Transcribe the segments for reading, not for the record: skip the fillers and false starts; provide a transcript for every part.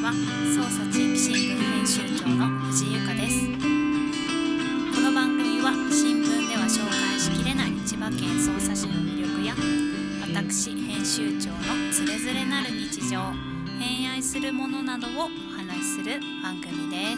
は、匝瑳地域新聞編集長の藤井由香です。この番組は新聞では紹介しきれない千葉県匝瑳市の魅力や、私編集長のつれづれなる日常、偏愛するものなどをお話しする番組です。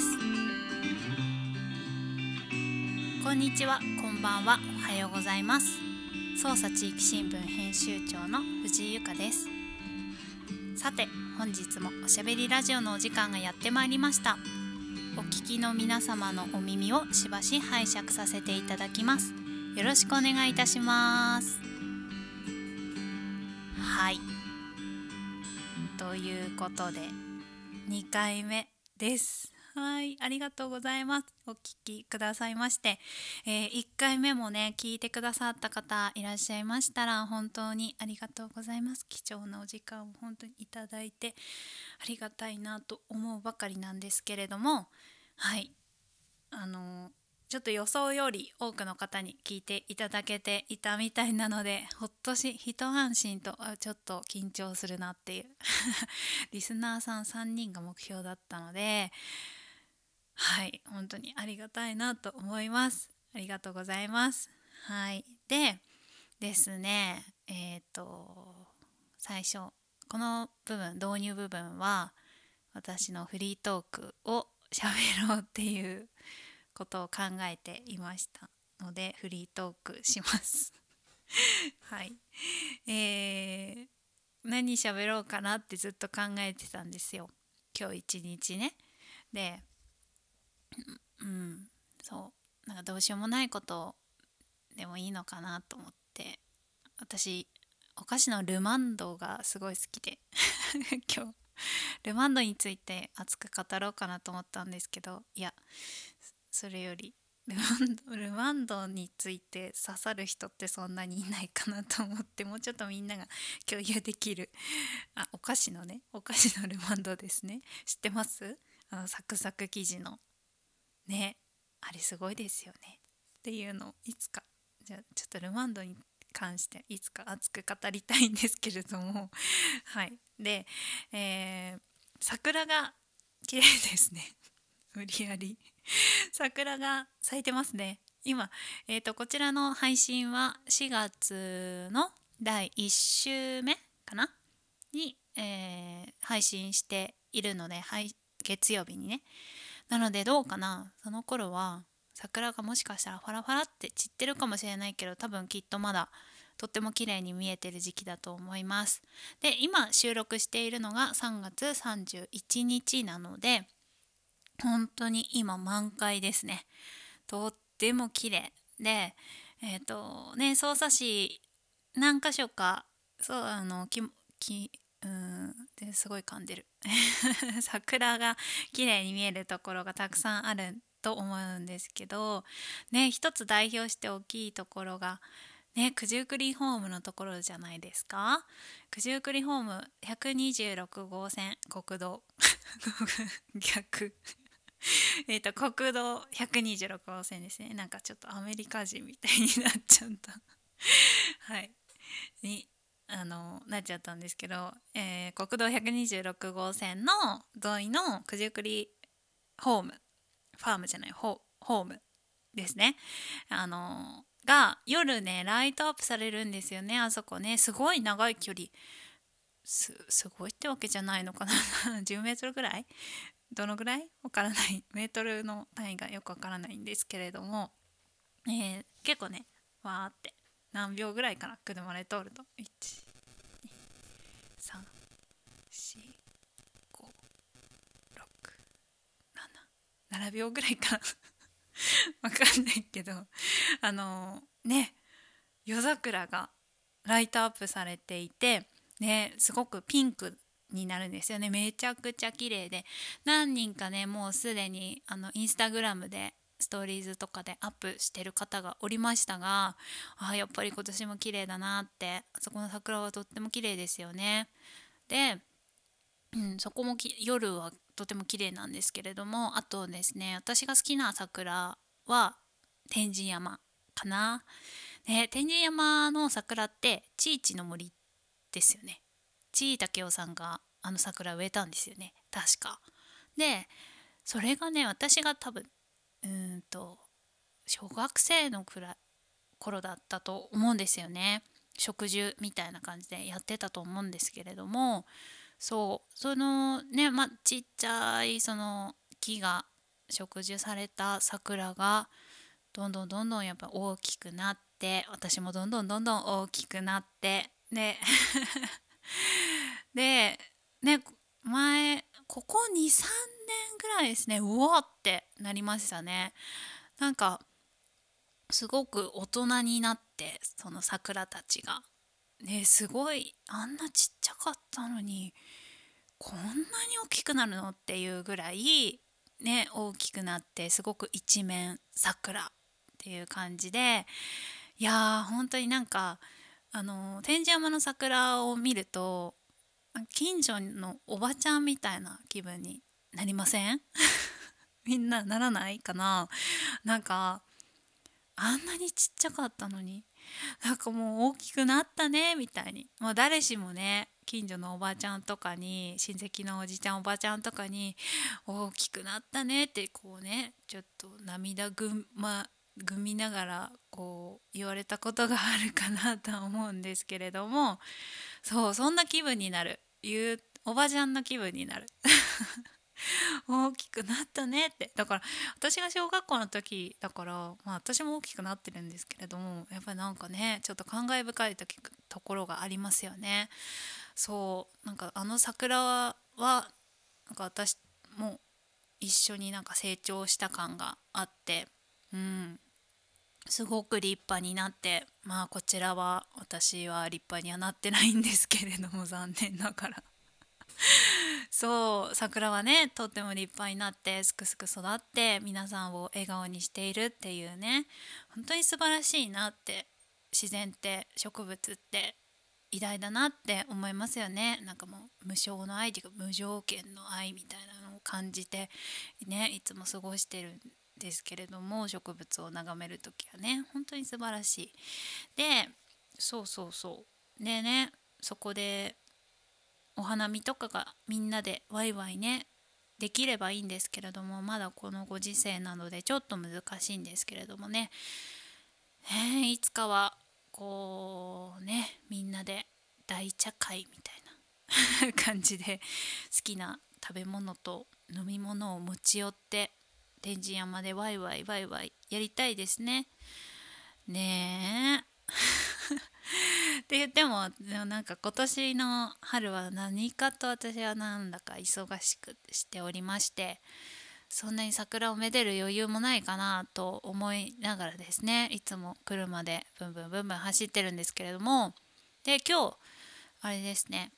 こんにちは、こんばんは、おはようございます。匝瑳地域新聞編集長の藤井由香です。さて、本日もおしゃべりラジオのお時間がやってまいりました。お聞きの皆様のお耳をしばし拝借させていただきます。よろしくお願いいたします。はい、ということで2回目です。はい、ありがとうございます。お聞きくださいまして、1回目もね聞いてくださった方いらっしゃいましたら本当にありがとうございます。貴重なお時間を本当にいただいてありがたいなと思うばかりなんですけれども、はい、ちょっと予想より多くの方に聞いていただけていたみたいなので、ほっとし一安心と、ちょっと緊張するなっていうリスナーさん3人が目標だったので、はい、本当にありがたいなと思います。ありがとうございます。はい、でですね、最初この部分、導入部分は私のフリートークを喋ろうっていうことを考えていましたので、フリートークしますはい、何喋ろうかなってずっと考えてたんですよ、今日一日ね。で、そうなんかどうしようもないことでもいいのかなと思って、私お菓子のルマンドがすごい好きで今日ルマンドについて熱く語ろうかなと思ったんですけど、いや、それよりルマンドについて刺さる人ってそんなにいないかなと思って、もうちょっとみんなが共有できるお菓子のルマンドですね。知ってます？サクサク生地のね、あれすごいですよねっていうのをいつか、じゃあちょっとルマンドに関していつか熱く語りたいんですけれどもはいで、桜が綺麗ですね無理やり桜が咲いてますね今。こちらの配信は4月の第1週目かなに、配信しているので、月曜日にね。なのでどうかな、その頃は桜がもしかしたらファラファラって散ってるかもしれないけど、多分きっとまだとっても綺麗に見えてる時期だと思います。で、今収録しているのが3月31日なので、本当に今満開ですね。とっても綺麗で、匝瑳市何か所か、そうですごい噛んでる桜が綺麗に見えるところがたくさんあると思うんですけどね、一つ代表して大きいところがね、九十九里ホームのところじゃないですか。九十九里ホーム126号線国道逆国道126号線ですね。なんかちょっとアメリカ人みたいになっちゃったはいになっちゃったんですけど、国道126号線の沿いの九十九里ホーム、ファームじゃないホームですね。が夜ねライトアップされるんですよね。あそこね、すごい長い距離、すごいってわけじゃないのかな10メートルぐらい、どのぐらいわからない、メートルの単位がよくわからないんですけれども、結構ねわーって何秒ぐらいかな、車で通ると1234567秒ぐらいかなわかんないけど、ね、夜桜がライトアップされていてね、すごくピンクになるんですよね。めちゃくちゃ綺麗で、何人かねもうすでにインスタグラムでストーリーズとかでアップしてる方がおりましたが、やっぱり今年も綺麗だなって、あそこの桜はとっても綺麗ですよね。で、そこも夜はとても綺麗なんですけれども、あとですね、私が好きな桜は天神山かな、ね。天神山の桜ってチーチの森ですよね。地井武雄さんがあの桜植えたんですよね、確か。でそれがね、私が多分小学生の頃だったと思うんですよね。植樹みたいな感じでやってたと思うんですけれども、そうそのね、ちっちゃいその木が植樹された桜がどんどんどんどんやっぱ大きくなって、私もどんどんどんどん大きくなって、ででね、ここ23年ぐらいですね、うわってなりましたね。なんかすごく大人になって、その桜たちがね、すごい、あんなちっちゃかったのにこんなに大きくなるのっていうぐらいね、大きくなって、すごく一面桜っていう感じで、いやー本当になんか天神山の桜を見ると近所のおばちゃんみたいな気分になりません？みんなならないかな。なんかあんなにちっちゃかったのに、なんかもう大きくなったねみたいに、誰しもね、近所のおばちゃんとかに、親戚のおじちゃんおばちゃんとかに大きくなったねってこうね、ちょっとぐみながらこう言われたことがあるかなとは思うんですけれども、そう、そんな気分になる、おばちゃんの気分になる。大きくなったねって。だから私が小学校の時だから、私も大きくなってるんですけれども、やっぱりなんかね、ちょっと感慨深いところがありますよね。そうなんかあの桜はなんか私も一緒になんか成長した感があって、すごく立派になって、こちらは私は立派にはなってないんですけれども、残念ながら。そう桜はね、とっても立派になってすくすく育って皆さんを笑顔にしているっていうね、本当に素晴らしいなって。自然って植物って偉大だなって思いますよね。なんかもう無償の愛というか無条件の愛みたいなのを感じてね、いつも過ごしてるんですけれども、植物を眺める時はね、本当に素晴らしい。でそうそうそうでね、そこでお花見とかがみんなでワイワイねできればいいんですけれども、まだこのご時世なのでちょっと難しいんですけれどもね、いつかはこうね、みんなで大茶会みたいな感じで好きな食べ物と飲み物を持ち寄って天神山でワイワイワイワイやりたいですね。ねえって言っても、でもなんか今年の春は何かと私はなんだか忙しくしておりまして、そんなに桜をめでる余裕もないかなと思いながらですね、いつも車でブンブンブンブン走ってるんですけれども、で今日あれですね、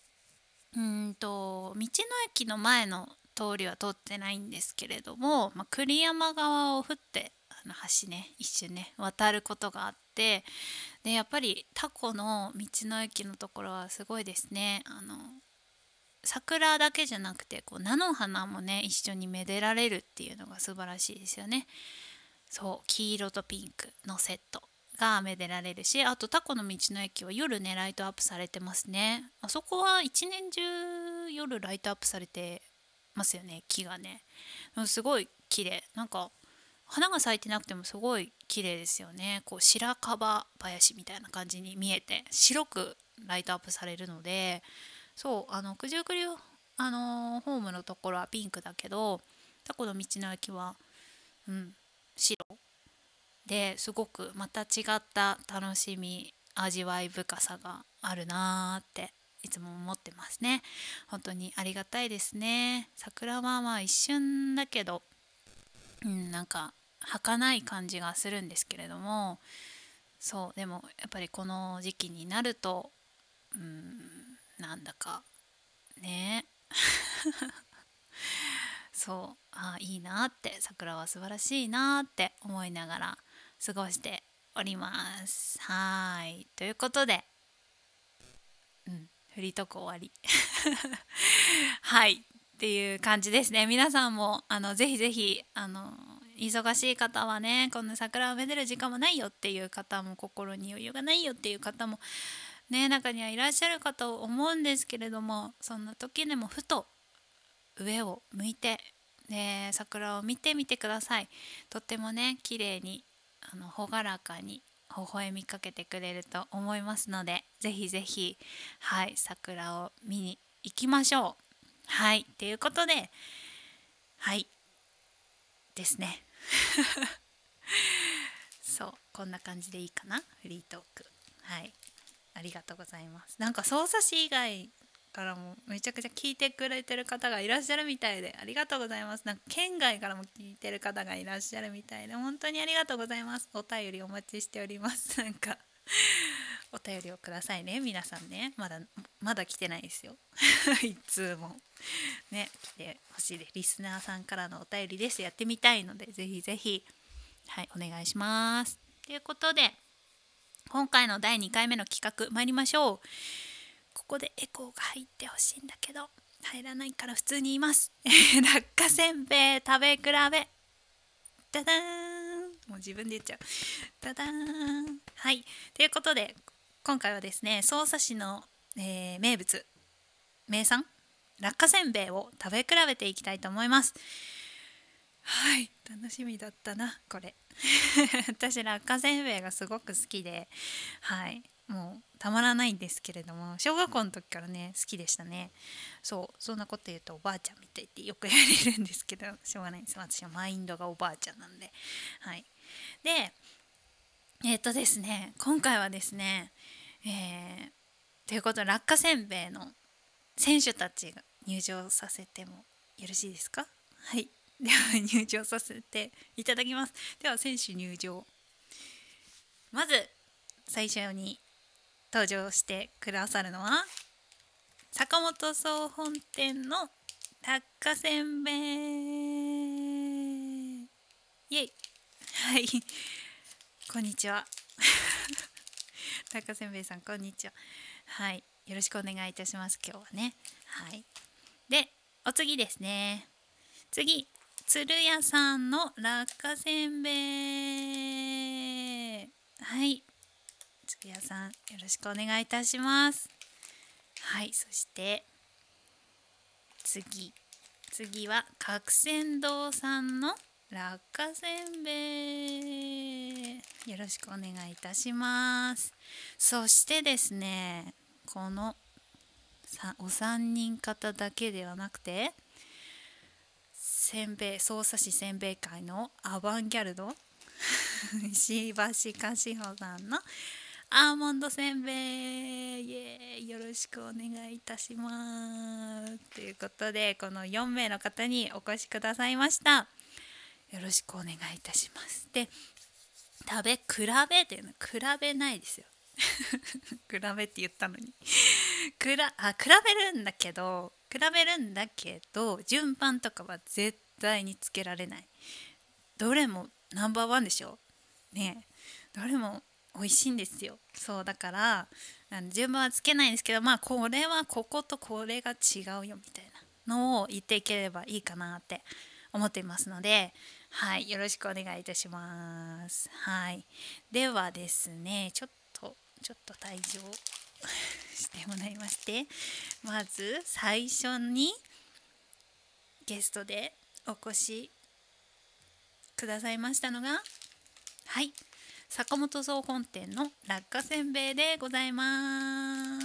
道の駅の前の通りは通ってないんですけれども、栗山川を降って橋ね、一瞬ね渡ることがあって、でやっぱりタコの道の駅のところはすごいですね。桜だけじゃなくてこう菜の花もね一緒にめでられるっていうのが素晴らしいですよね。そう黄色とピンクのセットがめでられるし、あとタコの道の駅は夜ねライトアップされてますね。あそこは一年中夜ライトアップされてますよね、木がね。すごい綺麗。なんか花が咲いてなくてもすごい綺麗ですよね。こう白樺林みたいな感じに見えて白くライトアップされるので、そう九十九里ホームのところはピンクだけど、タコの道の駅は白ですごくまた違った楽しみ味わい深さがあるなーっていつも思ってますね。本当にありがたいですね。桜は一瞬だけど、なんか儚い感じがするんですけれども、そうでもやっぱりこの時期になるとなんだかねそういいなって、桜は素晴らしいなって思いながら過ごしております。はいということで、フリートーク終わりはいっていう感じですね。皆さんもぜひぜひ忙しい方はね、こんな桜をめでる時間もないよっていう方も、心に余裕がないよっていう方もね、中にはいらっしゃるかと思うんですけれども、そんな時でもふと上を向いて、で桜を見てみてください。とってもね綺麗に朗らかに微笑みかけてくれると思いますので、ぜひぜひ、はい、桜を見に行きましょう。はい、ということで、はいですね。そう、こんな感じでいいかな、フリートーク。はい、ありがとうございます。なんか匝瑳市以外からもめちゃくちゃ聞いてくれてる方がいらっしゃるみたいで、ありがとうございます。なんか県外からも聞いてる方がいらっしゃるみたいで、本当にありがとうございます。お便りお待ちしております。なんかお便りをくださいね、皆さんね。まだ来てないですよ。いつもね、来てほしいです。リスナーさんからのお便りです。やってみたいので、ぜひぜひ、はい、お願いします。ということで、今回の第2回目の企画参りましょう。ここでエコーが入ってほしいんだけど、入らないから普通に言います。落花せんべい食べ比べ。ダダーン、もう自分で言っちゃう。ダダーン。はい、ということで今回はですね、匝瑳市の、名物名産落花せんべいを食べ比べていきたいと思います。はい、楽しみだったなこれ。私落花せんべいがすごく好きで、はい、もうたまらないんですけれども、小学校の時からね好きでしたね。そんなこと言うとおばあちゃんみたいってよく言われるんですけど、しょうがないです。私はマインドがおばあちゃんなんで。はい、でですね、今回はですね、ということで落花せんべいの選手たちが入場させてもよろしいですか？はい、では入場させていただきます。では選手入場。まず最初に登場してくださるのは坂本総本店の落花せんべい。イエイ。はい、こんにちは。落花せんべいさん、こんにちは。はい、よろしくお願いいたします、今日はね。はい、でお次ですね。次、鶴屋さんの落花せんべい。はい、鶴屋さん、よろしくお願いいたします。はい、そして次は角仙堂さんの落花せんべい。よろしくお願いいたします。そしてですね、このお三人方だけではなくて、匝瑳市せんべい界のアバンギャルド石橋かしほさんのアーモンドせんべい。イエーイ、よろしくお願いいたします。ということで、この4名の方にお越しくださいました。よろしくお願いいたします。で、食べ比べっていうの比べないですよ。比べって言ったのに比べるんだけど順番とかは絶対につけられない。どれもナンバーワンでしょね。どれも美味しいんですよ。そうだから順番はつけないんですけど、まあこれはこことこれが違うよみたいなのを言っていければいいかなって思っていますので、はい、よろしくお願いいたします。はい、ではですね、ちょっと退場してもらいまして、まず最初にゲストでお越しくださいましたのが、はい、坂本総本店の落花せんべいでございます。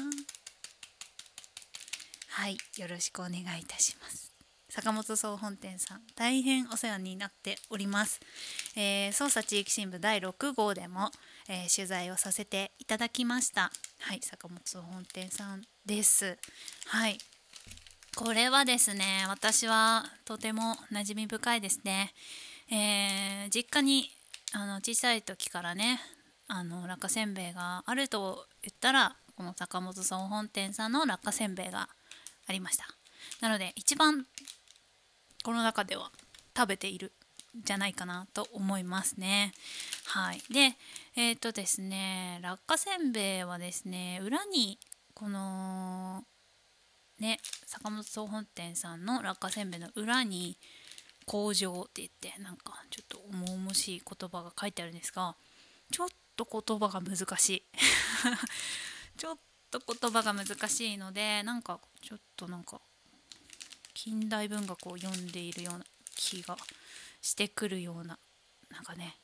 はい、よろしくお願いいたします。坂本総本店さん、大変お世話になっております。匝瑳地域新聞第6号でも、取材をさせていただきました。はい、坂本総本店さんです。はい、これはですね、私はとても馴染み深いですね。実家に小さい時からね、落花せんべいがあると言ったら、この坂本総本店さんの落花せんべいがありました。なので一番この中では食べているんじゃないかなと思いますね。はい、でですね、落花せんべいはですね、裏にこのね、坂本総本店さんの落花せんべいの裏に工場って言って、なんかちょっと重々しい言葉が書いてあるんですが、ちょっと言葉が難しいちょっと言葉が難しいので、なんかちょっとなんか近代文学を読んでいるような気がしてくるような、なんかね、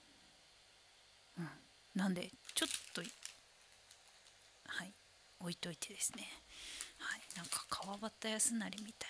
なんでちょっと置いといてですね。なんか川端康成みたい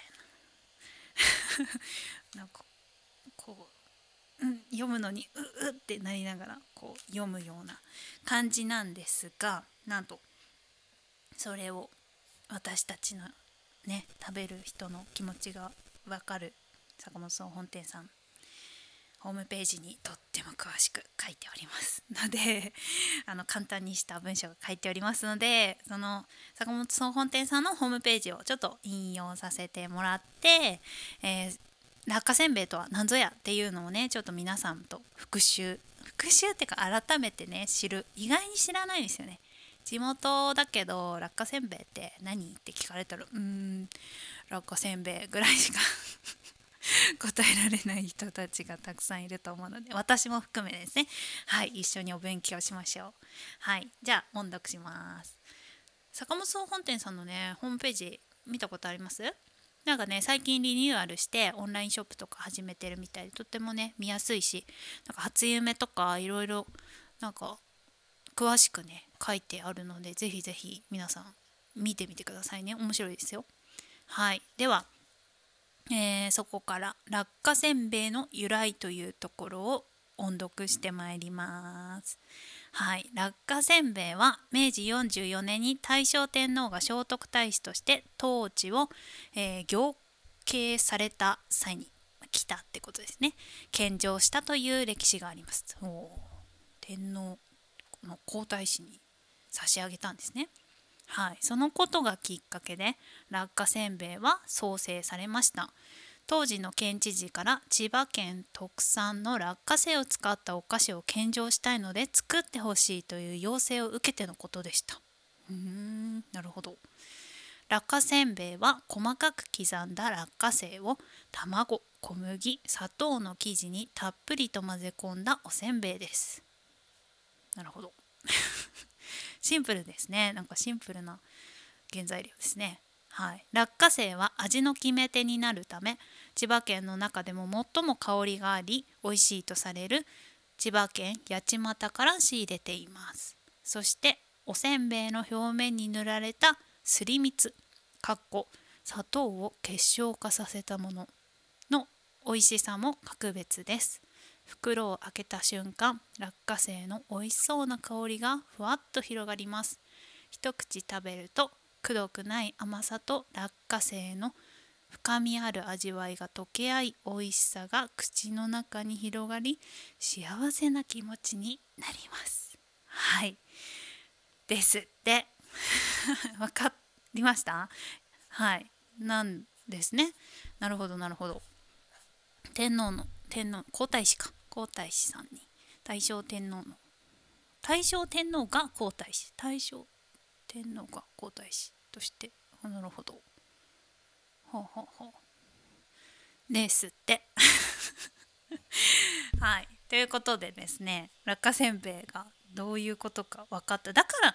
ななんかこう、読むのにってなりながらこう読むような感じなんですが、なんとそれを私たちのね、食べる人の気持ちが分かる坂本総本店さんホームページにとっても詳しく書いておりますので簡単にした文章が書いておりますので、その坂本総本店さんのホームページをちょっと引用させてもらって、落花せんべいとは何ぞやっていうのをね、ちょっと皆さんと復習っていうか改めてね知る、意外に知らないですよね。地元だけど落花せんべいって何って聞かれたら落花せんべいぐらいしか答えられない人たちがたくさんいると思うので、私も含めですね、一緒にお勉強しましょう。じゃあ音読します。坂本総本店さんのねホームページ見たことあります？なんかね、最近リニューアルしてオンラインショップとか始めてるみたいで、とってもね見やすいし、なんか初夢とかいろいろなんか詳しくね書いてあるので、ぜひぜひ皆さん見てみてくださいね。面白いですよ。では、そこから落花せんべいの由来というところを音読してまいります。落花せんべいは明治44年に大正天皇が聖徳太子として統治を、行継された際に来たってことですね。献上したという歴史があります。天皇の皇太子に差し上げたんですね。そのことがきっかけで落花せんべいは創生されました。当時の県知事から千葉県特産の落花生を使ったお菓子を献上したいので作ってほしいという要請を受けてのことでした。なるほど。落花せんべいは細かく刻んだ落花生を卵、小麦、砂糖の生地にたっぷりと混ぜ込んだおせんべいです。なるほど。シンプルですね。なんかシンプルな原材料ですね。落花生は味の決め手になるため、千葉県の中でも最も香りがあり美味しいとされる千葉県八街から仕入れています。そしておせんべいの表面に塗られたすり蜜砂糖を結晶化させたものの美味しさも格別です。袋を開けた瞬間、落花生の美味しそうな香りがふわっと広がります。一口食べるとくどくない甘さと落花生の深みある味わいが溶け合い、美味しさが口の中に広がり、幸せな気持ちになります。ですってわかりました？なんですね。なるほどなるほど。皇太子さんに大正天皇が皇太子、大正天皇が皇太子として、なるほど、ですってということでですね、落花せんべいがどういうことか分かった。だから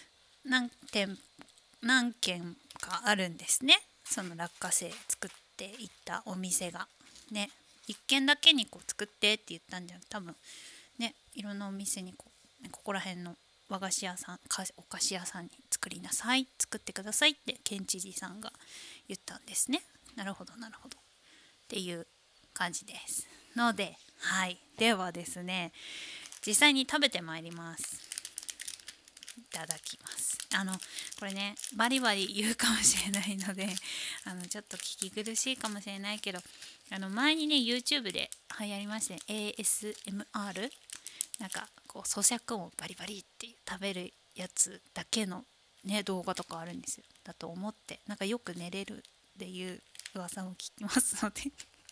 何軒かあるんですね、その落花生作っていったお店がね。一軒だけにこう作ってって言ったんじゃなく、多分ね、いろんなお店にここら辺の和菓子屋さん、お菓子屋さんに作ってくださいって県知事さんが言ったんですね。なるほどなるほどっていう感じですので、ではですね、実際に食べてまいります。いただきます。これねバリバリ言うかもしれないのでちょっと聞き苦しいかもしれないけど、前にね YouTube で流行りまして、ね、ASMR、 なんかこう咀嚼音をバリバリって食べるやつだけのね動画とかあるんですよ。だと思って、なんかよく寝れるっていう噂も聞きますので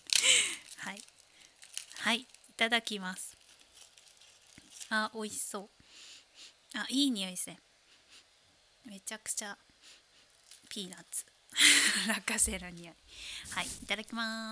いただきます。美味しそう。いい匂いですね。めちゃくちゃピーナッツ落花生の匂い。いただきます。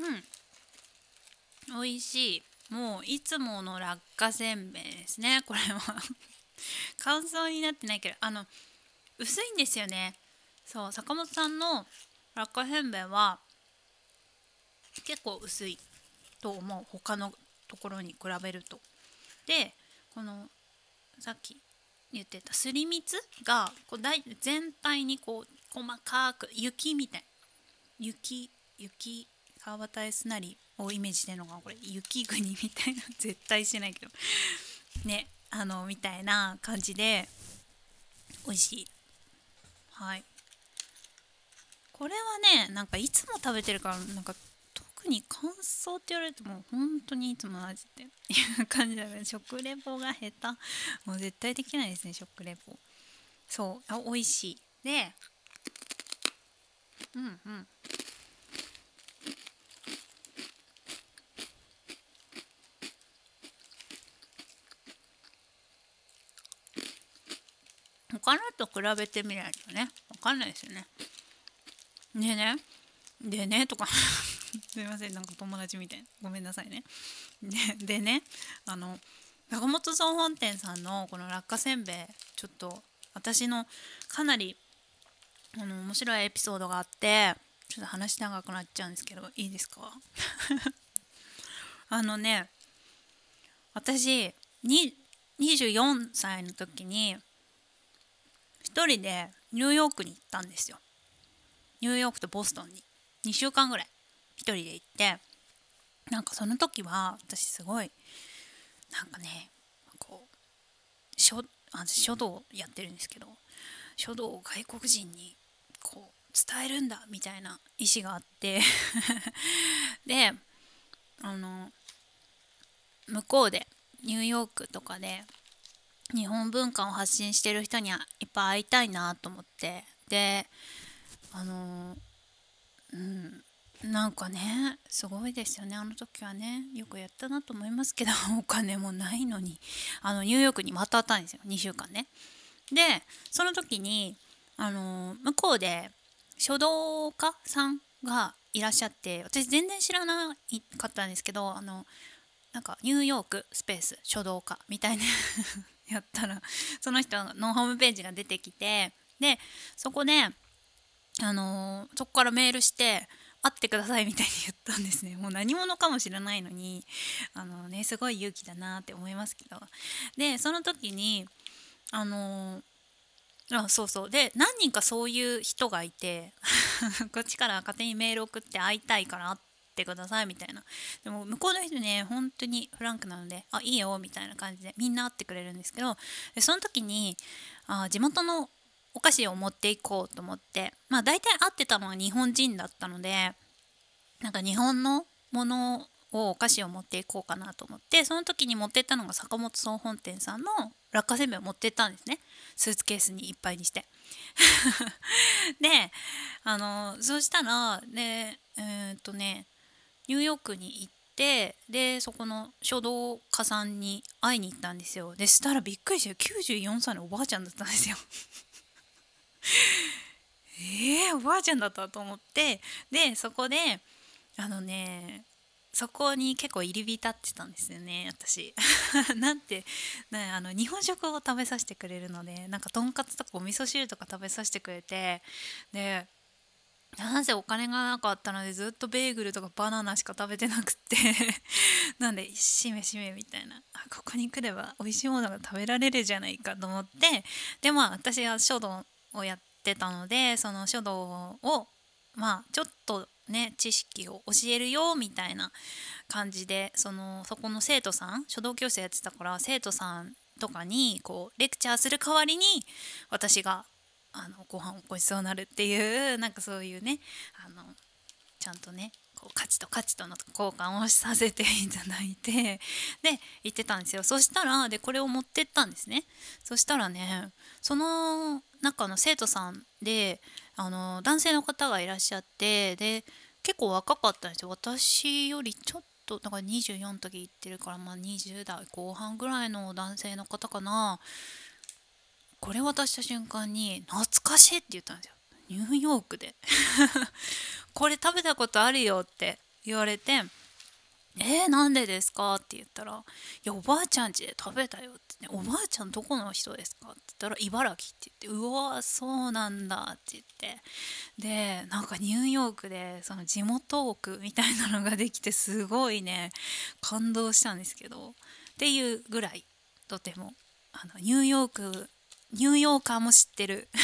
美味しい。もういつもの落花せんべいですね、これは。乾燥になってないけど、薄いんですよね。そう、坂本さんの落花せんべいは結構薄いと思う、他のところに比べると。で、このさっき言ってたすり蜜がこう全体にこう細かく雪みたい、雪川端康成をイメージしてるのかな、これ雪国みたいな、絶対してないけどね、みたいな感じで美味しい。はい、これはね、なんかいつも食べてるから、なんか特に感想って言われても本当にいつもの味っていう感じだから、食レポが下手、もう絶対できないですね、食レポ。そう美味しい。で、うんうん、他のと比べてみないとね分かんないですよね。でねとかすいません、なんか友達みたいな、ごめんなさいね。でね、中本総本店さんのこの落花せんべい、ちょっと私のかなり面白いエピソードがあって、ちょっと話長くなっちゃうんですけどいいですか？あのね、私24歳の時に一人でニューヨークに行ったんですよ。ニューヨークとボストンに2週間ぐらい一人で行って、なんかその時は私すごいなんかね、こう書道やってるんですけど、書道を外国人にこう伝えるんだみたいな意思があってで、向こうでニューヨークとかで日本文化を発信してる人にはいっぱい会いたいなと思って、でなんかね、すごいですよね、あの時はね。よくやったなと思いますけどお金もないのにニューヨークに渡ったんですよ、2週間ね。でその時に向こうで書道家さんがいらっしゃって、私全然知らなかったんですけど、なんかニューヨークスペース書道家みたいなやったらその人のホームページが出てきて、でそこでそこからメールして会ってくださいみたいに言ったんですね。もう何者かもしれないのにすごい勇気だなって思いますけど、でその時にそうそう、で何人かそういう人がいてこっちから勝手にメール送って会いたいから会ってくださいみたいな。でも向こうの人ね本当にフランクなので、いいよみたいな感じでみんな会ってくれるんですけど、でその時に地元のお菓子を持っていこうと思って、まあ大体会ってたのは日本人だったので、なんか日本のものをお菓子を持っていこうかなと思って、その時に持ってったのが坂本総本店さんの落花せんべいを持ってったんですね、スーツケースにいっぱいにしてでそうしたらでニューヨークに行って、でそこの書道家さんに会いに行ったんですよ。でしたらびっくりして94歳のおばあちゃんだったんですよおばあちゃんだったと思って、でそこであのねそこに結構入り浸ってたんですよね、私なんてね、日本食を食べさせてくれるので、なんかとんかつとかお味噌汁とか食べさせてくれて、でなぜお金がなかったのでずっとベーグルとかバナナしか食べてなくってなんでしめしめみたいな、ここに来れば美味しいものが食べられるじゃないかと思って、で私は書道をやってたので、その書道をちょっとね知識を教えるよみたいな感じで、そこの生徒さん、書道教室やってたから生徒さんとかにこうレクチャーする代わりに私がご飯をごちそうになるっていう、なんかそういうねちゃんとねこう価値と価値との交換をさせていただいて、で行ってたんですよ。そしたらこれを持ってったんですね。そしたらね、その中の生徒さんで男性の方がいらっしゃって、で結構若かったんですよ、私よりちょっと。だから24の時行ってるから、20代後半ぐらいの男性の方かな。これ渡した瞬間に懐かしいって言ったんですよ、ニューヨークでこれ食べたことあるよって言われて、なんでですかって言ったら、いや、おばあちゃん家で食べたよってね、おばあちゃんどこの人ですかって言ったら、茨城って言って、うわー、そうなんだって言って、で、なんかニューヨークでその地元奥みたいなのができて、すごいね、感動したんですけど、っていうぐらい、とても、ニューヨーカーも知ってる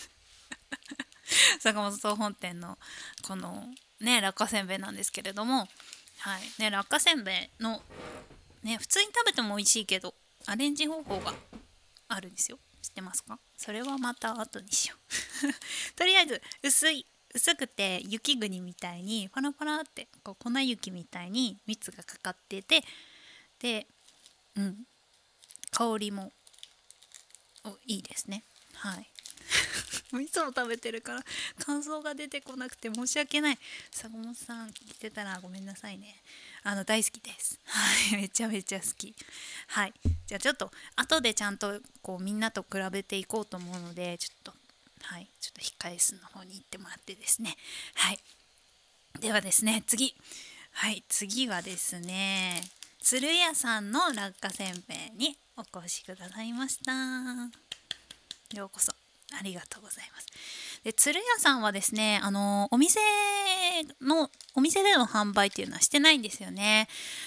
坂本総本店のこのね落花せんべいなんですけれども、はいね、落花せんべいのね普通に食べても美味しいけどアレンジ方法があるんですよ。知ってますか？それはまた後にしようとりあえず薄くて雪国みたいにパラパラってこう粉雪みたいに蜜がかかってて、で、うん、香りもいいですね。はいいつも食べてるから感想が出てこなくて申し訳ない。坂本さん聞いてたらごめんなさいね。大好きです。はい、めちゃめちゃ好き。はい、じゃあちょっと後でちゃんとこうみんなと比べていこうと思うので、ちょっとはい、ちょっと控え室の方に行ってもらってですね。はい、ではですね、次はですね、鶴屋さんの落花せんべいにお越しくださいました。ようこそありがとうございます。で、鶴屋さんはですね、お店での販売っていうのはしてないんですよね。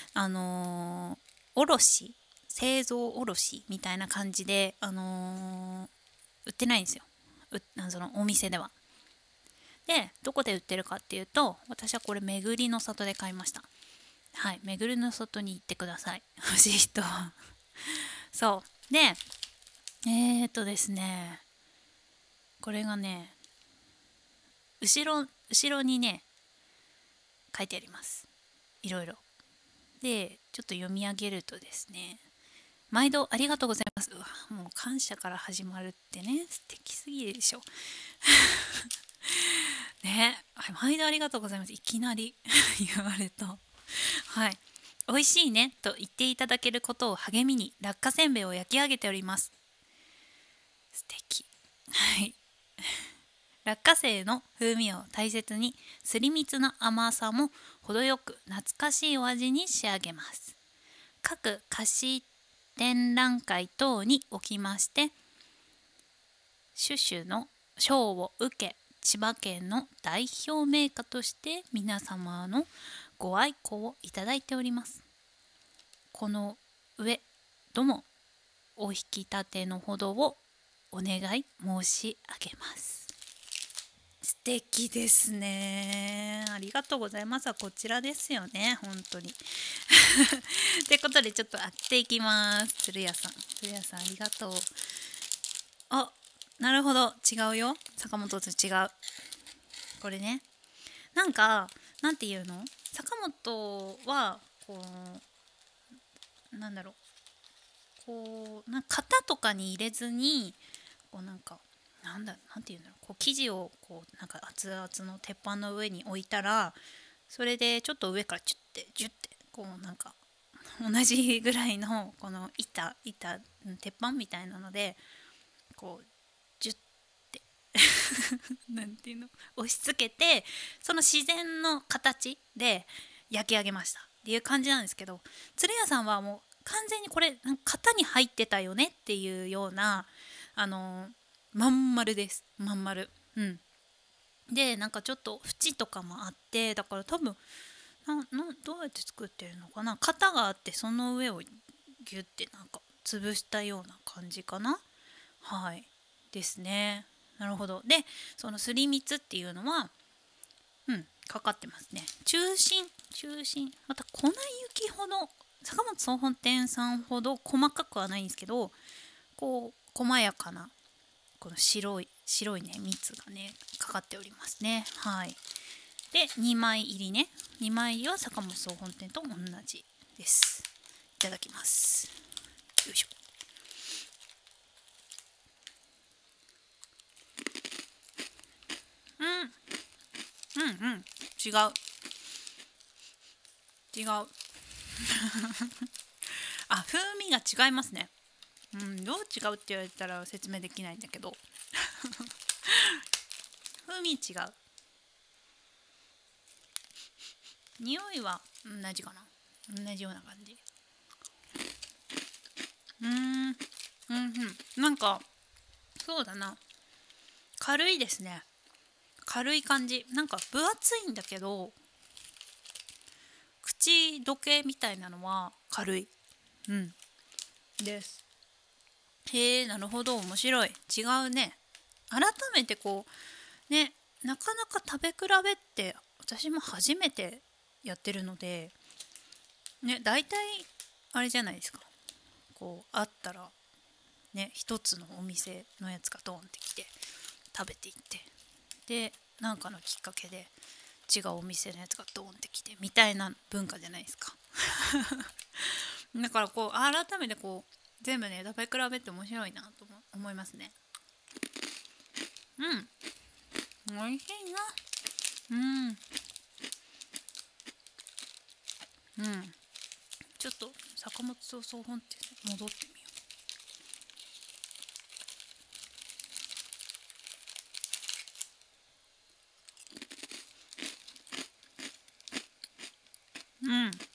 卸製造卸みたいな感じで、売ってないんですよ。そのお店では。で、どこで売ってるかっていうと、私はこれめぐりの里で買いました。はい、めぐりの里に行ってください。欲しい人は。そうで、ですね、これがね、後ろにね書いてあります。いろいろで、ちょっと読み上げるとですね、毎度ありがとうございます。うわ、もう感謝から始まるってね、素敵すぎるでしょね。毎度ありがとうございます、いきなり言われた。はい、美味しいねと言っていただけることを励みに落花せんべいを焼き上げております。素敵。はい、落花生の風味を大切に、すり蜜の甘さも程よく懐かしいお味に仕上げます。各菓子展覧会等におきまして種々の賞を受け、千葉県の代表銘菓として皆様のご愛顧をいただいております。この上どもお引き立てのほどをお願い申し上げます。素敵ですね。ありがとうございます。こちらですよね、本当にってことでちょっと開けていきます。鶴屋さんありがとう。あ、なるほど、違うよ、坂本と違う。これね、なんかなんていうの、坂本はこうなんだろう、こう型とかに入れずに、こうなんていうんだろう、こう生地をこうなんか熱々の鉄板の上に置いたら、それでちょっと上からチュッてジュッてこうなんか同じぐらいのこの鉄板みたいなのでこうジュッてなんていうの、押し付けて、その自然の形で焼き上げましたっていう感じなんですけど、鶴屋さんはもう完全にこれ型に入ってたよねっていうような、まん丸です、まん丸。うんで、なんかちょっと縁とかもあって、だから多分どうやって作ってるのかな、型があってその上をギュッてなんか潰したような感じかな。はいですね。なるほど。で、そのすり蜜っていうのはかかってますね。中心また粉雪ほど、坂本総本店さんほど細かくはないんですけど、こう細やかなこの白いね蜜がねかかっておりますね。はい。で2枚入りね、2枚入りは坂本総本店と同じです。いただきます。よいしょ。違うあ、風味が違いますね。どう違うって言われたら説明できないんだけど風味違う。 匂いは同じかな。同じような感じ。なんかそうだな、軽いですね。軽い感じ。なんか分厚いんだけど口どけみたいなのは軽いです。へえ、なるほど、面白い。違うね。改めてこうね、なかなか食べ比べって私も初めてやってるのでね、大体あれじゃないですか。こうあったらね、一つのお店のやつがドンってきて食べていって、でなんかのきっかけで違うお店のやつがドンってきてみたいな文化じゃないですか。だからこう改めてこう全部ね食べ比べって面白いなと思いますね。美味しいな。ちょっと坂本総本店戻ってみよう。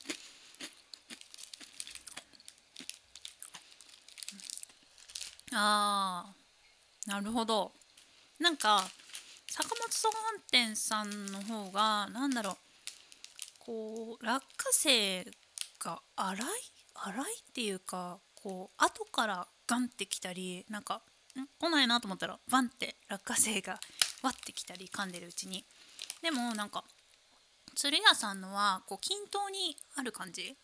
あー、なるほど。なんか坂本総本店さんの方がなんだろう、こう落花生が粗いっていうか、こう後からガンってきたり、なんか来ないなと思ったらバンって落花生がわってきたり、噛んでるうちに。でもなんか鶴屋さんのはこう均等にある感じ。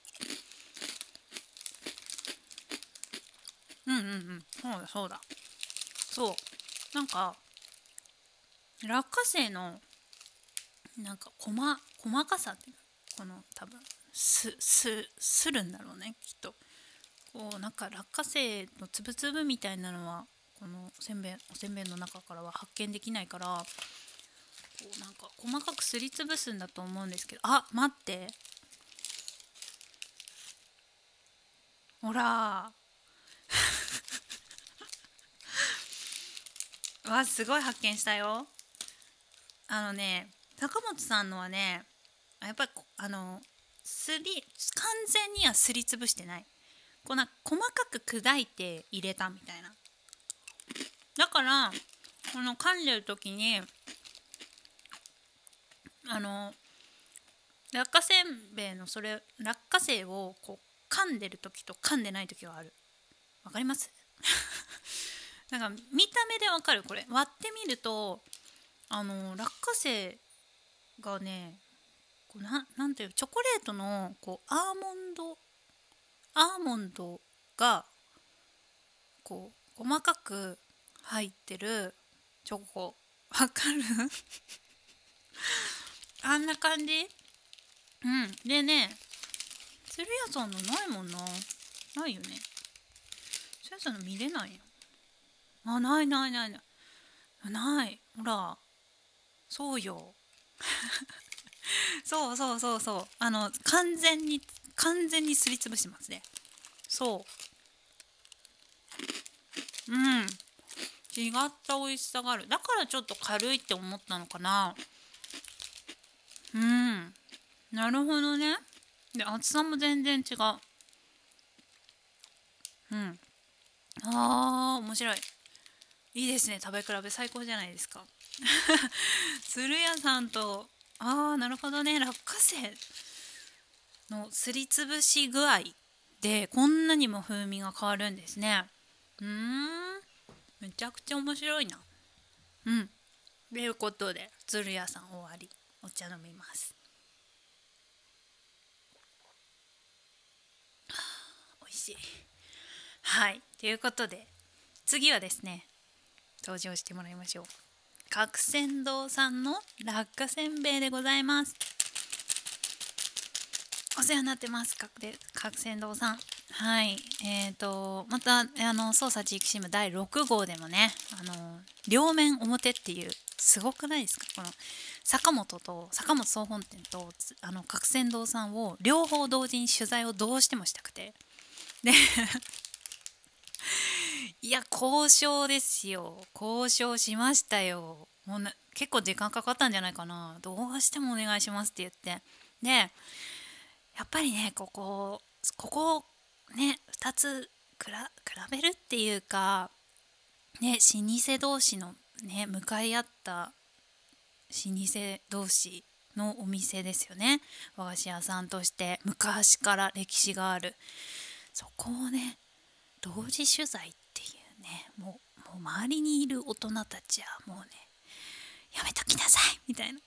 そうだそうだ。そう、なんか落花生のなんか細かさっていうか、この多分するんだろうね、きっと。こうなんか落花生のつぶつぶみたいなのはこのおせんべいの中からは発見できないから、こうなんか細かくすりつぶすんだと思うんですけど、あ、待って、ほらわ、すごい発見したよ。あのね、高本さんのはね、やっぱり完全にはすりつぶしてない。こう細かく砕いて入れたみたいな。だからこの噛んでる時に落花せんべいの落花生をこう噛んでる時と噛んでない時がある。わかります？なんか見た目でわかる。これ割ってみると落花生がね、こうなんていう、チョコレートのこうアーモンドがこう細かく入ってるチョコ、わかる？あんな感じ。でね、鶴屋さんのないもんな。ないよね。鶴屋さんの見れないよ。あ、ないないないない。ない。ほら。そうよ。そうそうそうそう。完全にすりつぶしてますね。そう。違った美味しさがある。だからちょっと軽いって思ったのかな。なるほどね。で、厚さも全然違う。面白い。いいですね。食べ比べ最高じゃないですか。鶴屋さんと、なるほどね。落花生のすりつぶし具合でこんなにも風味が変わるんですね。めちゃくちゃ面白いな。ということで鶴屋さん終わり。お茶飲みます。美味しい。はい、ということで次はですね、登場してもらいましょう。角仙堂さんの落花せんべいでございます。お世話になってます。角仙堂さん。はい。また捜査地域新聞第6号でもね、両面表っていう、すごくないですか？この坂本総本店と角仙堂さんを両方同時に取材をどうしてもしたくて、でいや交渉ですよ。交渉しましたよ。 もう結構時間かかったんじゃないかな。どうしてもお願いしますって言って、でやっぱりねここね2つ比べるっていうかね、老舗同士のね向かい合った老舗同士のお店ですよね。和菓子屋さんとして昔から歴史がある、そこをね同時取材っていうね、もう周りにいる大人たちはもうね、やめときなさいみたいな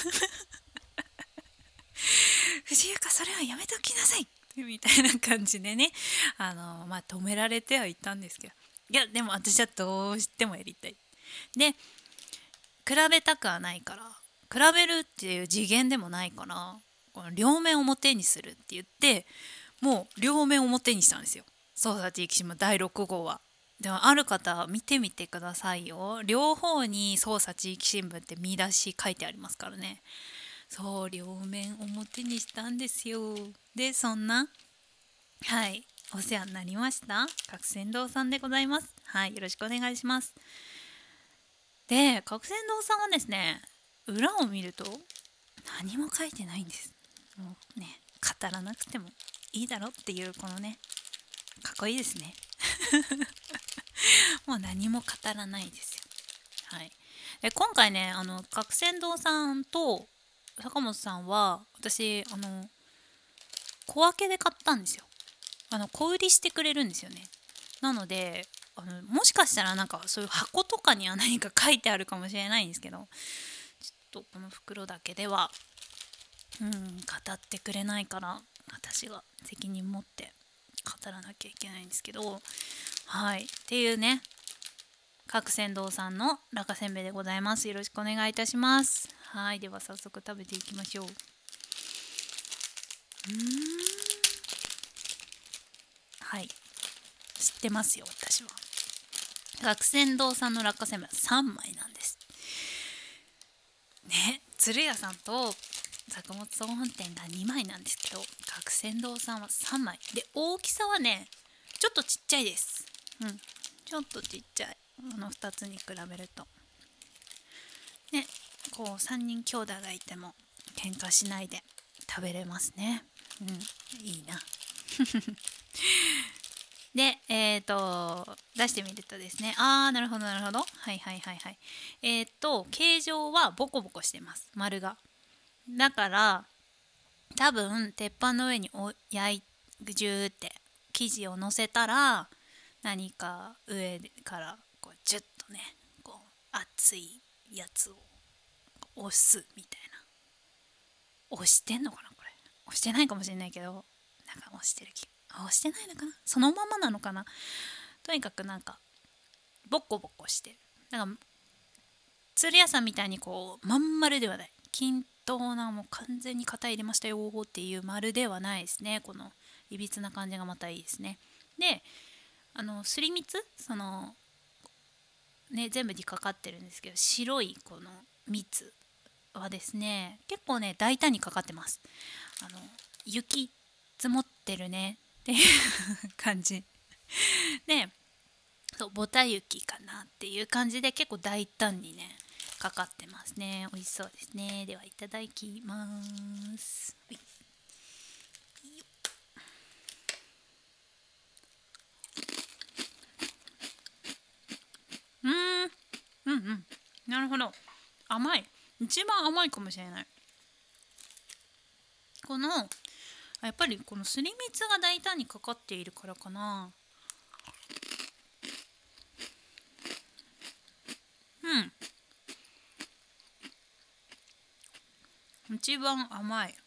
藤井香それはやめときなさいみたいな感じでね、止められてはいたんですけど、いやでも私はどうしてもやりたい。で比べたくはないから、比べるっていう次元でもないから、この両面表にするって言ってもう両面表にしたんですよ、捜査地域新聞第6号は。でもある方見てみてくださいよ、両方に捜査地域新聞って見出し書いてありますからね。そう両面表にしたんですよ。でそんなはいお世話になりました角仙堂さんでございます。はい、よろしくお願いします。で角仙堂さんはですね、裏を見ると何も書いてないんです。もうね、語らなくてもいいだろっていうこのね、かっこいいですねもう何も語らないですよ。はい。で今回ね、角仙堂さんと坂本さんは私小分けで買ったんですよ。小売りしてくれるんですよね。なのでもしかしたらなんかそういう箱とかには何か書いてあるかもしれないんですけど、ちょっとこの袋だけでは語ってくれないから、私が責任持って語らなきゃいけないんですけど、はいっていうね、角仙堂さんの落花せんべいでございます。よろしくお願いいたします。はい、では早速食べていきましょう。はい、知ってますよ私は。角仙堂さんの落花せんべいは3枚なんですね。鶴屋さんと坂本総本店が2枚なんですけど、角仙堂さんは3枚で、大きさはねちょっとちっちゃいです。ちょっとちっちゃい、2つに比べるとね、こう3人兄弟がいても喧嘩しないで食べれますね。いいなで出してみるとですね、なるほどなるほど、はいはいはいはい。形状はボコボコしてます、丸が。だから多分鉄板の上に焼いジューって生地を乗せたら、何か上からこうジュッとね、こう熱いやつを押すみたいな。押してんのかなこれ、押してないかもしれないけど、なんか押してる気、押してないのかな、そのままなのかな。とにかくなんかボコボコしてる。なんか鶴屋さんみたいにこうまん丸ではない、均等なもう完全に型入れましたよっていう丸ではないですね。このいびつな感じがまたいいですね。ですり蜜、全部にかかってるんですけど、白いこの蜜はですね結構ね大胆にかかってます。雪積もってるねっていう感じで、そうボタ雪かなっていう感じで結構大胆にねかかってますね。美味しそうですね。ではいただきます。なるほど、甘い、一番甘いかもしれない。このやっぱりこのすり蜜が大胆にかかっているからかな。一番甘い。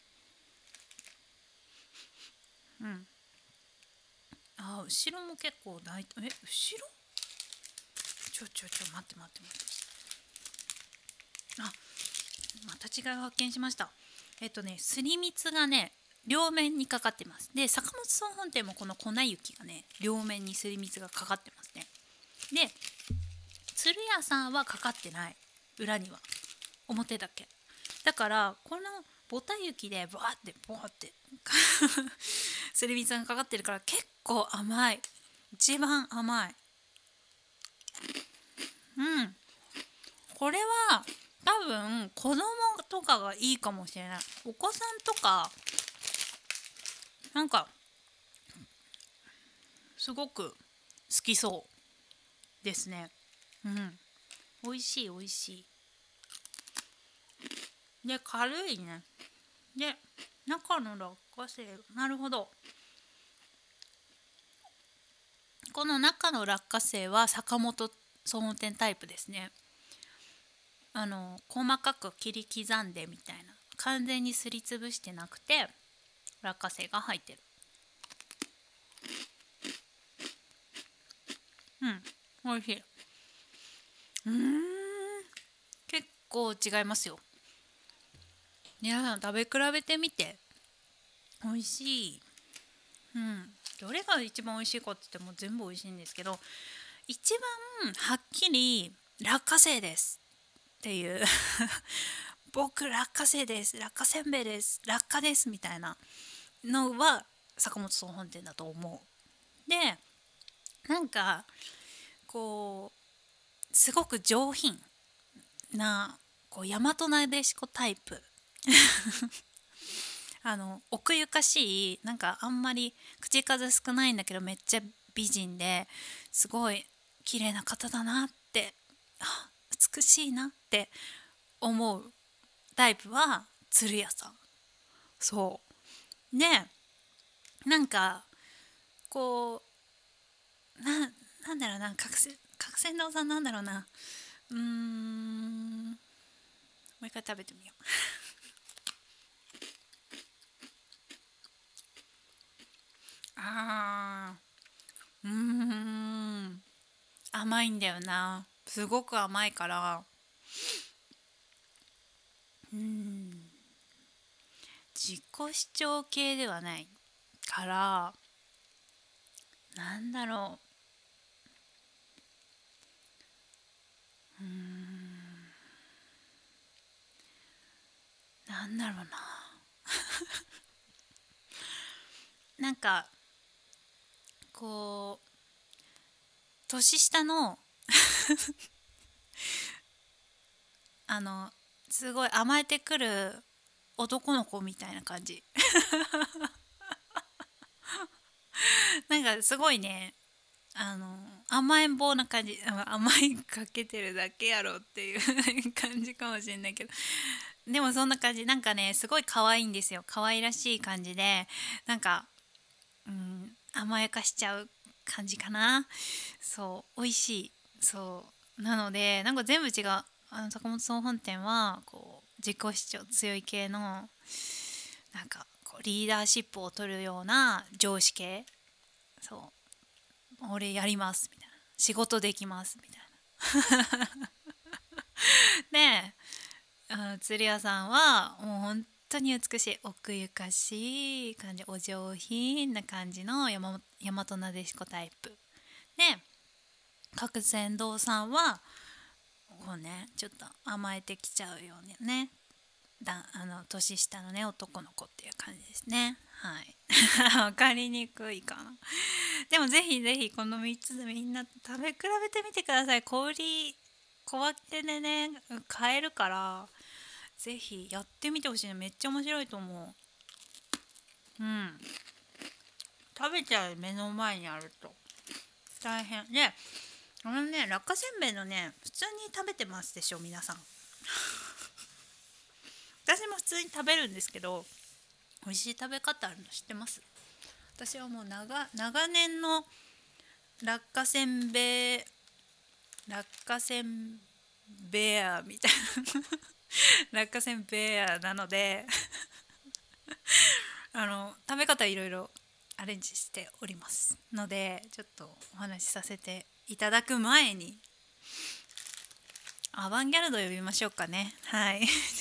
後ろも結構大胆。後ろちょ待って待って。また違いを発見しました。すり蜜がね両面にかかってます。で坂本総本店もこの粉雪がね両面にすり蜜がかかってますね。で鶴屋さんはかかってない、裏には表だけだから、このボタ雪でバーってボーってすり蜜がかかってるから結構甘い、一番甘い。 これは多分子供とかがいいかもしれない。お子さんとかなんかすごく好きそうですね。美味しい美味しい。で軽いね。で中の落花生、なるほど。この中の落花生は坂本総本店タイプですね。細かく切り刻んでみたいな、完全にすりつぶしてなくて落花生が入ってる。美味しい。結構違いますよ。皆さん食べ比べてみて。美味しい。どれが一番美味しいかって言っても全部美味しいんですけど、一番はっきり落花生ですっていう僕落花生です、落花せんべいです、落花ですみたいなのは坂本総本店だと思う。でなんかこうすごく上品なこう大和なでしこタイプ奥ゆかしい、なんかあんまり口数少ないんだけどめっちゃ美人ですごい綺麗な方だなって、美しいなって思うタイプは鶴屋さん。そうね。なんかこうなんだろうな、角仙堂さんなんだろうな、もう一回食べてみよう甘いんだよな。すごく甘いから自己主張系ではないからなんだろなんだろうななんかこう年下のすごい甘えてくる男の子みたいな感じなんかすごいね、甘えん坊な感じ、甘いかけてるだけやろっていう感じかもしれないけど、でもそんな感じ。なんかねすごい可愛いんですよ。可愛らしい感じでなんか甘やかしちゃう感じかな。そう美味しい。そうなのでなんか全部違う。坂本総本店はこう自己主張強い系のなんかこうリーダーシップを取るような上司系。そう俺やりますみたいな、仕事できますみたいなで鶴屋さんはもう本当に美しい奥ゆかしい感じ、お上品な感じの大和なでしこタイプで、角仙堂さんはこうねちょっと甘えてきちゃうようにね、年下のね男の子っていう感じですね。はい分かりにくいかな。でもぜひぜひこの3つでみんな食べ比べてみてください。小分けでね買えるからぜひやってみてほしいね。めっちゃ面白いと思う。食べちゃう、目の前にあると大変で、落花せんべいのね普通に食べてますでしょ皆さん私も普通に食べるんですけど、美味しい食べ方あるの知ってます？私はもう長年の落花せんべい落花せんべアみたいな落花せんべアなので食べ方いろいろアレンジしておりますので、ちょっとお話しさせていただく前にアバンギャルド呼びましょうかね。はい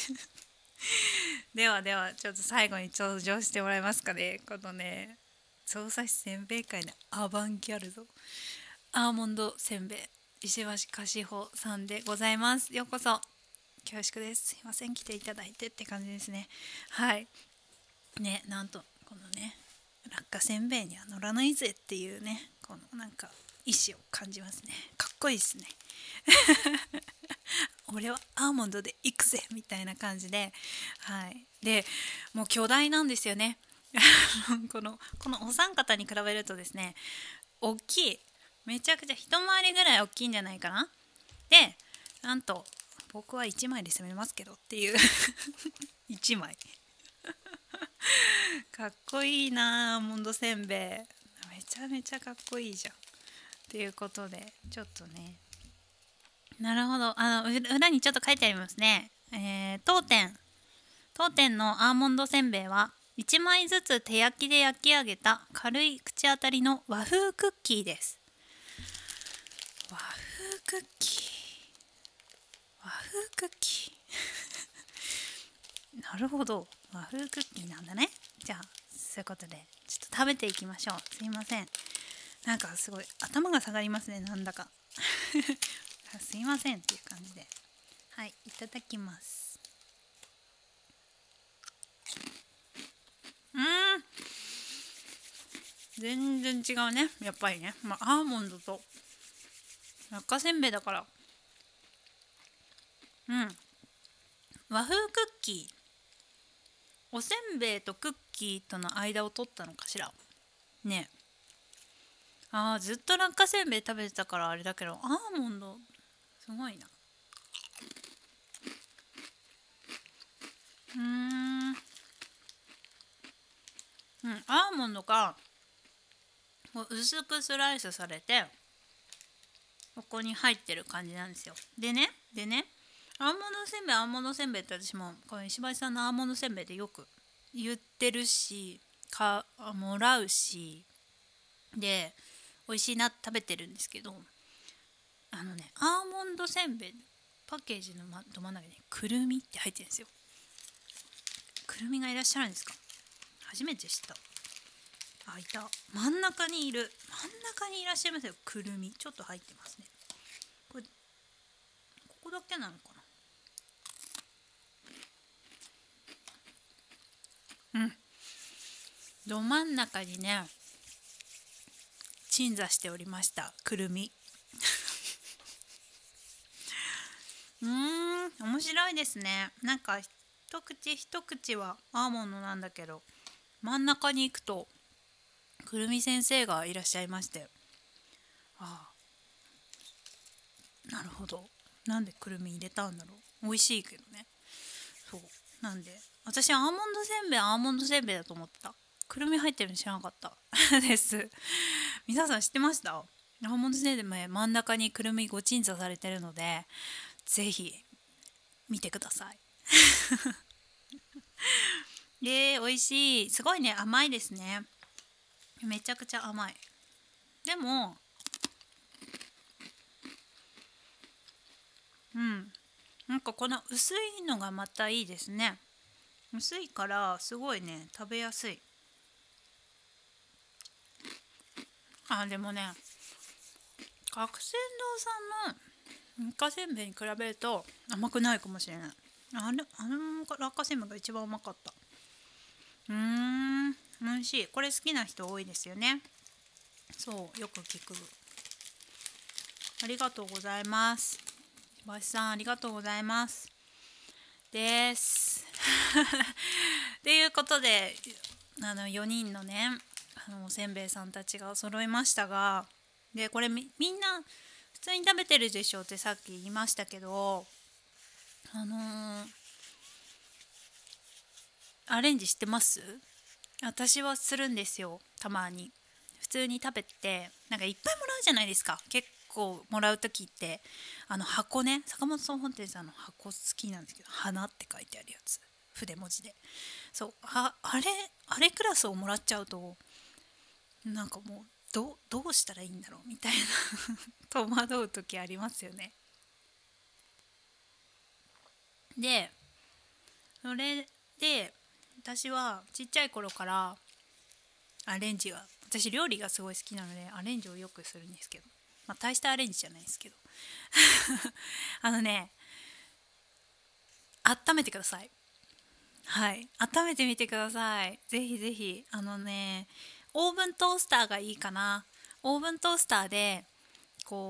ではではちょっと最後に登場してもらえますかね。このね匝瑳市せんべい界のアバンギャルドアーモンドせんべい石橋菓子舗さんでございます。ようこそ恐縮です。すいません来ていただいてって感じですね。はいね、なんとこのね落花せんべいには乗らないぜっていうね、このなんか意志を感じますね。かっこいいですね俺はアーモンドで行くぜみたいな感じで、はい、でもう巨大なんですよねこのお三方に比べるとですね、大きい、めちゃくちゃ一回りぐらい大きいんじゃないかな。でなんと僕は1枚で攻めますけどっていう1枚かっこいいな、アーモンドせんべいめちゃめちゃかっこいいじゃんっていうことで、ちょっとね、なるほど、裏にちょっと書いてありますね。当店のアーモンドせんべいは1枚ずつ手焼きで焼き上げた軽い口当たりの和風クッキーです。和風クッキー、和風クッキーなるほど、和風クッキーなんだね。じゃあそういうことでちょっと食べていきましょう。すいません、なんかすごい頭が下がりますね、なんだかすいませんっていう感じで、はい、いただきます。全然違うね、やっぱりね、アーモンドと落花せんべいだから、和風クッキー、おせんべいとクッキーとの間を取ったのかしらね。ずっと落花せんべい食べてたからあれだけど、アーモンドすごいな。アーモンドが薄くスライスされてここに入ってる感じなんですよ。でねアーモンドせんべいって私もこの石橋さんのアーモンドせんべいでよく言ってるしもらうしで美味しいなって食べてるんですけど、アーモンドせんべいパッケージのど真ん中にくるみって入ってるんですよ。くるみがいらっしゃるんですか？初めて知った。いた、真ん中にいらっしゃいますよ。くるみちょっと入ってますね。ここだけなのかな。ど真ん中にね鎮座しておりました、くるみ面白いですね。なんか一口はアーモンドなんだけど、真ん中に行くとくるみ先生がいらっしゃいまして、なるほど、なんでくるみ入れたんだろう。美味しいけどね。そうなんで、私アーモンドせんべいだと思ってた。くるみ入ってるの知らなかったです皆さん知ってました？アーモンドせんべい真ん中にくるみご鎮座されてるので、ぜひ見てください美味しい。すごいね、甘いですね。めちゃくちゃ甘い。でもなんかこの薄いのがまたいいですね。薄いからすごいね、食べやすい。でもね、学生堂さんの落花せんべいに比べると甘くないかもしれない。落花せんべいが一番甘かった。美味しい。これ好きな人多いですよね。そうよく聞く。ありがとうございます。橋さんありがとうございますですということで4人のねおせんべいさんたちが揃いましたが、でこれみんな普通に食べてるでしょってさっき言いましたけど、アレンジしてます？私はするんですよ、たまに。普通に食べてなんかいっぱいもらうじゃないですか。結構もらう時って箱ね、坂本総本店さんの箱好きなんですけど、花って書いてあるやつ、筆文字で。そうあれクラスをもらっちゃうとなんかもうどうしたらいいんだろうみたいな戸惑う時ありますよね。でそれで私はちっちゃい頃から私料理がすごい好きなのでアレンジをよくするんですけど、大したアレンジじゃないですけど温めてください。はい、温めてみてください。ぜひぜひオーブントースターがいいかな。オーブントースターでこ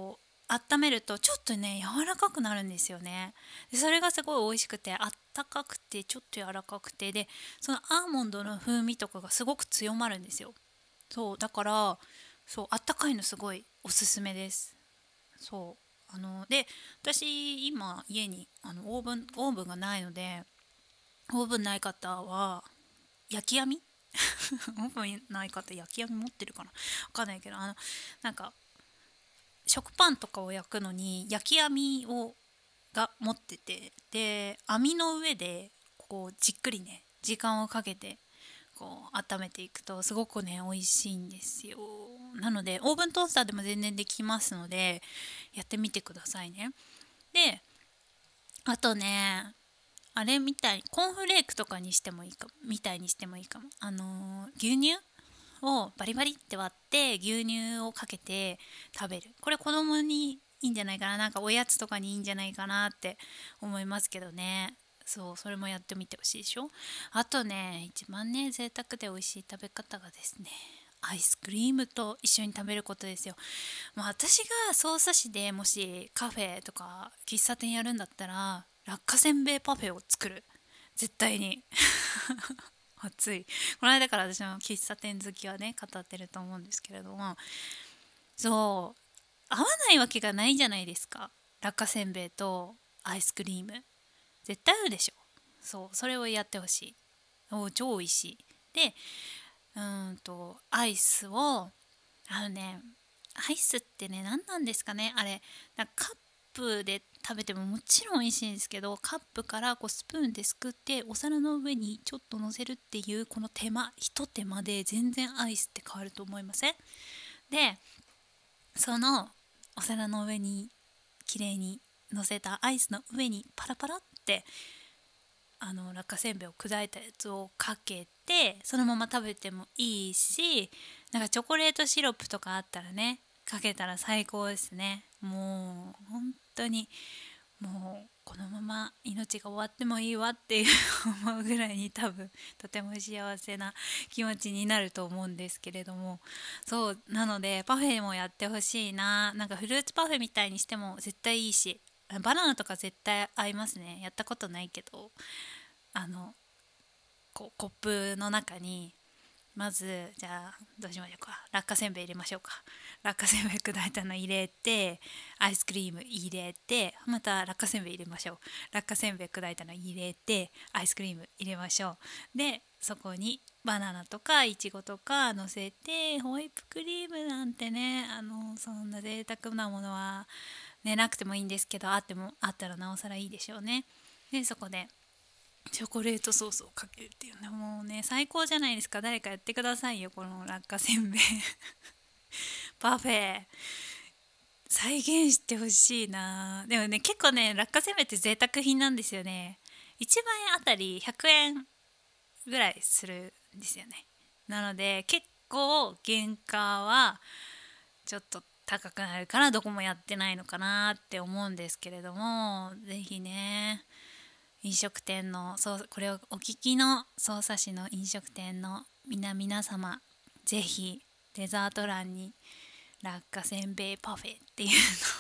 温めるとちょっとね柔らかくなるんですよね。でそれがすごい美味しくて、あったかくてちょっと柔らかくて、でそのアーモンドの風味とかがすごく強まるんですよ。そうだから、そうあったかいのすごいおすすめです。そうで、私今家にオーブンがないので、オーブンない方は焼き網オーブンない方焼き網持ってるかな、わかんないけど、なんか食パンとかを焼くのに焼き網が持ってて、で網の上でこうじっくりね時間をかけてこう温めていくとすごくね美味しいんですよ。なのでオーブントースターでも全然できますので、やってみてくださいね。であとね、あれみたいにコーンフレークとかにしてもいいかも、みたいにしてもいいかも。牛乳をバリバリって割って牛乳をかけて食べる、これ子供にいいんじゃないかな、なんかおやつとかにいいんじゃないかなって思いますけどね。そうそれもやってみてほしいでしょ。あとね、一番ね贅沢で美味しい食べ方がですね、アイスクリームと一緒に食べることですよ。まあ、私が匝瑳市でもしカフェとか喫茶店やるんだったら落花せんべいパフェを作る、絶対に熱い。この間から私の喫茶店好きはね語ってると思うんですけれども、そう合わないわけがないじゃないですか。落花せんべいとアイスクリーム絶対合うでしょ。そうそれをやってほしい。超美味しい。でアイスをアイスってね何なんですかねあれ、なんかカップで食べてももちろん美味しいんですけど、カップからこうスプーンですくってお皿の上にちょっと乗せるっていうこのひと手間で全然アイスって変わると思いません？でそのお皿の上に綺麗に乗せたアイスの上にパラパラって落花せんべいを砕いたやつをかけてそのまま食べてもいいし、なんかチョコレートシロップとかあったらねかけたら最高ですね。もう本当にもうこのまま命が終わってもいいわっていう思うぐらいに多分とても幸せな気持ちになると思うんですけれども、そうなのでパフェもやってほしいな。なんかフルーツパフェみたいにしても絶対いいし、バナナとか絶対合いますね。やったことないけど、あのこうコップの中にまずじゃあどうしましょうか、落花せんべい入れましょうか。落花せんべい砕いたの入れてアイスクリーム入れてまた落花せんべい入れましょう。落花せんべい砕いたの入れてアイスクリーム入れましょう。でそこにバナナとかイチゴとか乗せて、ホイップクリームなんてねそんな贅沢なものはねなくてもいいんですけど、あったらなおさらいいでしょうね。でそこでチョコレートソースをかけるっていうね、もうね最高じゃないですか。誰かやってくださいよ、この落花せんべいパフェ再現してほしいな。でもね結構ね落花せんべいって贅沢品なんですよね。1万円あたり100円ぐらいするんですよね。なので結構原価はちょっと高くなるからどこもやってないのかなって思うんですけれども、是非ね飲食店のこれをお聞きの匝瑳市の飲食店の皆様、ぜひデザート欄に落花せんべいパフェっていうのを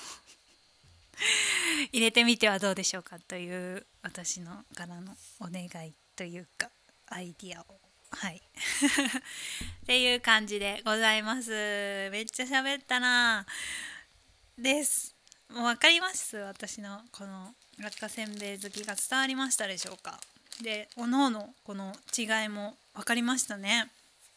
入れてみてはどうでしょうかという私のからのお願いというかアイディアを、はいっていう感じでございます。めっちゃ喋ったなです。もう分かります私のこの落花せんべい好きが伝わりましたでしょうか。でおのおのこの違いも分かりましたね。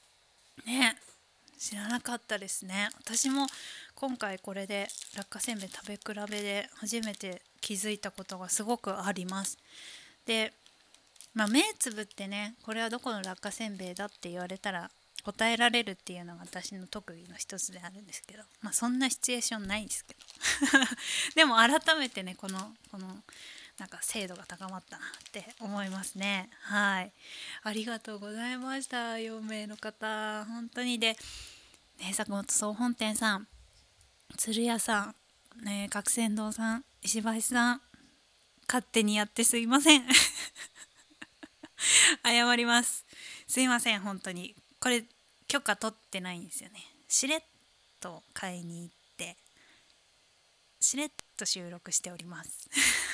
知らなかったですね。私も今回これで落花せんべい食べ比べで初めて気づいたことがすごくあります。で目つぶってねこれはどこの落花せんべいだって言われたら答えられるっていうのが私の特技の一つであるんですけど、そんなシチュエーションないんですけどでも改めてねこのなんか精度が高まったなって思いますね。はい、ありがとうございました。4名の方本当に。で、ね、坂本総本店さん、鶴屋さん、ね、角仙堂さん、石橋さん、勝手にやってすいません謝ります。すいません本当に。これ許可取ってないんですよね。しれっと買いに行ってしれっと収録しております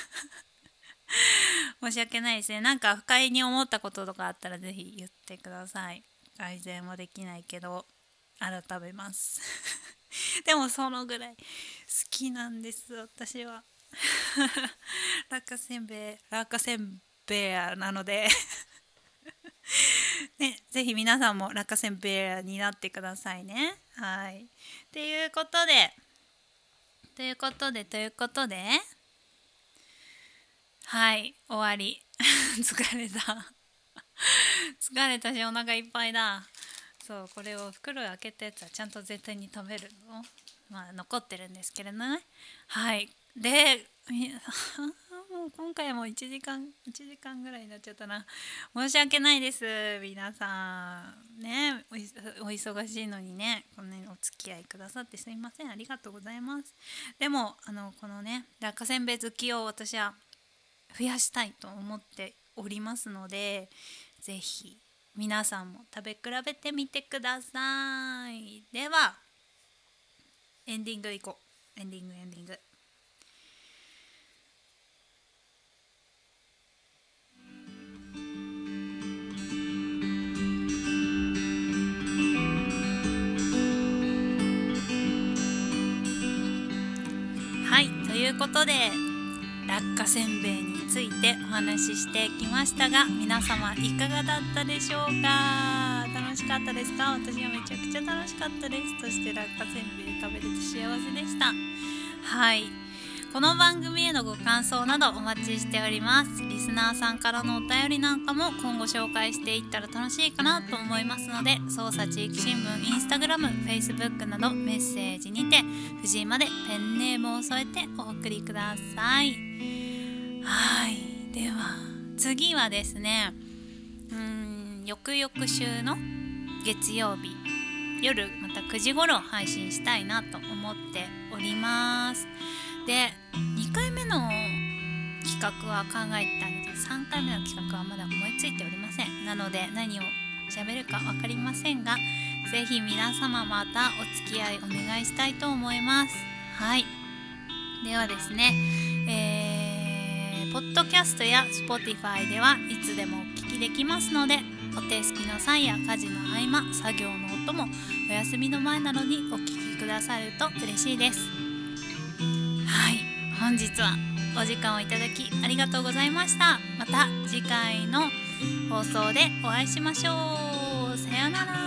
申し訳ないですね。なんか不快に思ったこととかあったらぜひ言ってください。改善はできないけど改めますでもそのぐらい好きなんです私は落花せんべいなのでね、ぜひ皆さんも落花せんべいになってくださいね。はい。ということではい終わり疲れたしお腹いっぱいだ。そうこれを袋開けたやつはちゃんと絶対に食べるのまあ残ってるんですけれどね。はいでもう今回も1時間ぐらいになっちゃったな。申し訳ないです皆さんね、お忙しいのにねこんなにお付き合いくださってすいません。ありがとうございます。でもこのね落花せんべい好きを私は増やしたいと思っておりますので、ぜひ皆さんも食べ比べてみてください。ではエンディングいこう。エンディングはい、ということで落花せんべいについてお話ししてきましたが、皆様いかがだったでしょうか。楽しかったですか。私はめちゃくちゃ楽しかったです。そして落花せんべい食べれて幸せでした。はい、この番組へのご感想などお待ちしております。リスナーさんからのお便りなんかも今後紹介していったら楽しいかなと思いますので、捜査地域新聞、インスタグラム、フェイスブックなどメッセージにて藤井までペンネームを添えてお送りください。はい、では次はですね、翌々週の月曜日夜また9時頃配信したいなと思っております。で2回目の企画は考えたんですが、3回目の企画はまだ思いついておりません。なので何を喋るか分かりませんが、ぜひ皆様またお付き合いお願いしたいと思います。はい、ではですね、ポッドキャストや Spotify ではいつでもお聞きできますので、お手すきの際や家事の合間、作業のお供、お休みの前などにお聞きくださると嬉しいです。はい、本日はお時間をいただきありがとうございました。また次回の放送でお会いしましょう。さようなら。